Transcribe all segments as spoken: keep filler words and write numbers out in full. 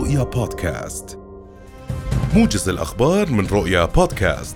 رؤيا بودكاست، موجز الأخبار من رؤيا بودكاست.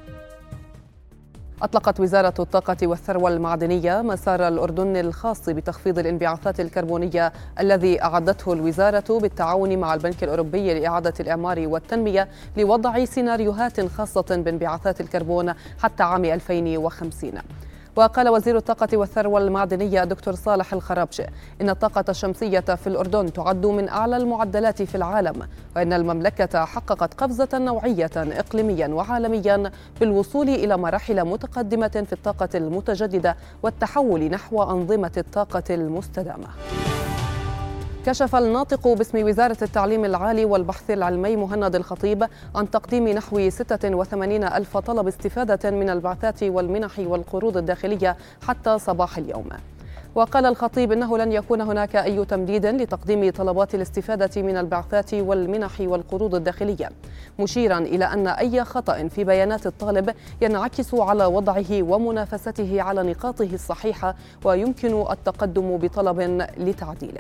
أطلقت وزارة الطاقة والثروة المعدنية مسار الأردن الخاص بتخفيض الانبعاثات الكربونية الذي أعدته الوزارة بالتعاون مع البنك الأوروبي لإعادة الإعمار والتنمية لوضع سيناريوهات خاصة بانبعاثات الكربون حتى عام ألفين وخمسين. وقال وزير الطاقة والثروة المعدنية دكتور صالح الخرابشي إن الطاقة الشمسية في الأردن تعد من أعلى المعدلات في العالم، وإن المملكة حققت قفزة نوعية إقليميا وعالميا بالوصول إلى مراحل متقدمة في الطاقة المتجددة والتحول نحو أنظمة الطاقة المستدامة. كشف الناطق باسم وزارة التعليم العالي والبحث العلمي مهند الخطيب عن تقديم نحو ستة وثمانين ألف طلب استفادة من البعثات والمنح والقروض الداخلية حتى صباح اليوم. وقال الخطيب إنه لن يكون هناك أي تمديد لتقديم طلبات الاستفادة من البعثات والمنح والقروض الداخلية، مشيرا إلى أن أي خطأ في بيانات الطالب ينعكس على وضعه ومنافسته على نقاطه الصحيحة ويمكن التقدم بطلب لتعديله.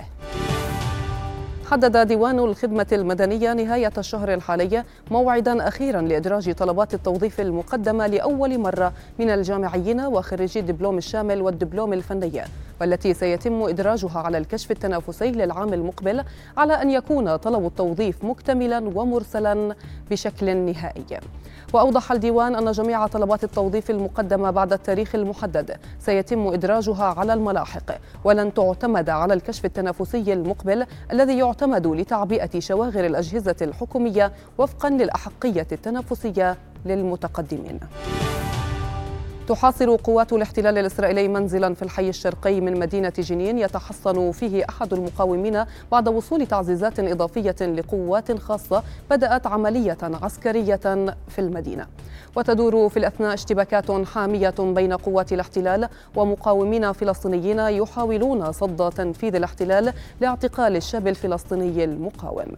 حدد ديوان الخدمة المدنية نهاية الشهر الحالي موعدا أخيرا لإدراج طلبات التوظيف المقدمة لأول مرة من الجامعيين وخريجي الدبلوم الشامل والدبلوم الفني، والتي سيتم إدراجها على الكشف التنافسي للعام المقبل على أن يكون طلب التوظيف مكتملا ومرسلا بشكل نهائي. وأوضح الديوان أن جميع طلبات التوظيف المقدمة بعد التاريخ المحدد سيتم إدراجها على الملاحق، ولن تعتمد على الكشف التنافسي المقبل الذي يعتمد لتعبئة شواغر الأجهزة الحكومية وفقا للأحقية التنافسية للمتقدمين. تحاصر قوات الاحتلال الإسرائيلي منزلا في الحي الشرقي من مدينة جنين يتحصن فيه أحد المقاومين بعد وصول تعزيزات إضافية لقوات خاصة بدأت عملية عسكرية في المدينة. وتدور في الأثناء اشتباكات حامية بين قوات الاحتلال ومقاومين فلسطينيين يحاولون صد تنفيذ الاحتلال لاعتقال الشاب الفلسطيني المقاوم.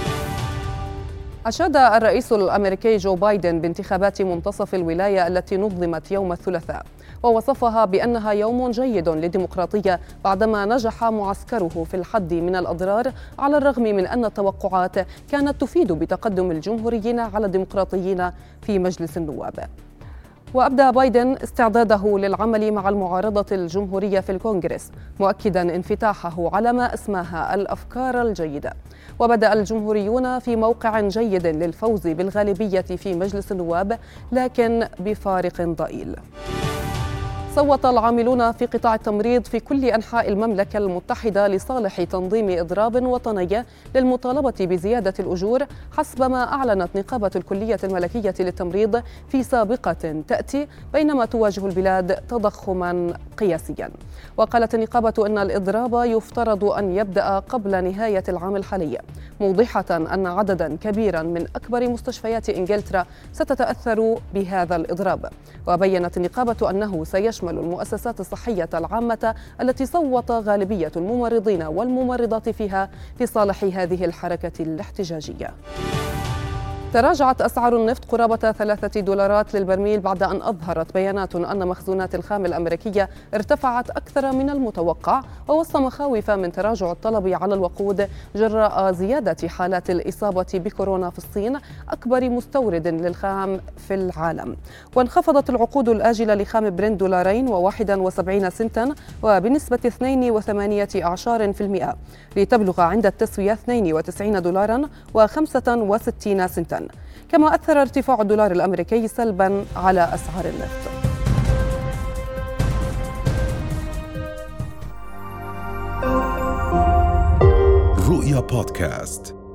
أشاد الرئيس الأمريكي جو بايدن بانتخابات منتصف الولاية التي نظمت يوم الثلاثاء، ووصفها بأنها يوم جيد للديمقراطية بعدما نجح معسكره في الحد من الأضرار على الرغم من أن التوقعات كانت تفيد بتقدم الجمهوريين على الديمقراطيين في مجلس النواب. وأبدى بايدن استعداده للعمل مع المعارضة الجمهورية في الكونغرس، مؤكدا انفتاحه على ما اسماها الأفكار الجيدة. وبدأ الجمهوريون في موقع جيد للفوز بالغالبية في مجلس النواب، لكن بفارق ضئيل. صوت العاملون في قطاع التمريض في كل أنحاء المملكة المتحدة لصالح تنظيم إضراب وطني للمطالبة بزيادة الأجور حسب ما أعلنت نقابة الكلية الملكية للتمريض في سابقة تأتي بينما تواجه البلاد تضخما قياسيا. وقالت النقابة أن الإضراب يفترض أن يبدأ قبل نهاية العام الحالي، موضحة أن عددا كبيرا من أكبر مستشفيات إنجلترا ستتأثر بهذا الإضراب. وبينت النقابة أنه سيشمل المؤسسات الصحية العامة التي صوت غالبية الممرضين والممرضات فيها لصالح هذه الحركة الاحتجاجية. تراجعت أسعار النفط قرابة ثلاثة دولارات للبرميل بعد أن أظهرت بيانات أن مخزونات الخام الأمريكية ارتفعت أكثر من المتوقع، ووسط مخاوف من تراجع الطلب على الوقود جراء زيادة حالات الإصابة بكورونا في الصين أكبر مستورد للخام في العالم. وانخفضت العقود الآجلة لخام برنت دولارين وواحدا وسبعين سنتا وبنسبة اثنين وثمانية عشر بالمئة لتبلغ عند التسوية اثنين وتسعين دولارا وخمسة وستين سنتا. كما أثر ارتفاع الدولار الأمريكي سلبا على أسعار النفط. رؤيا بودكاست.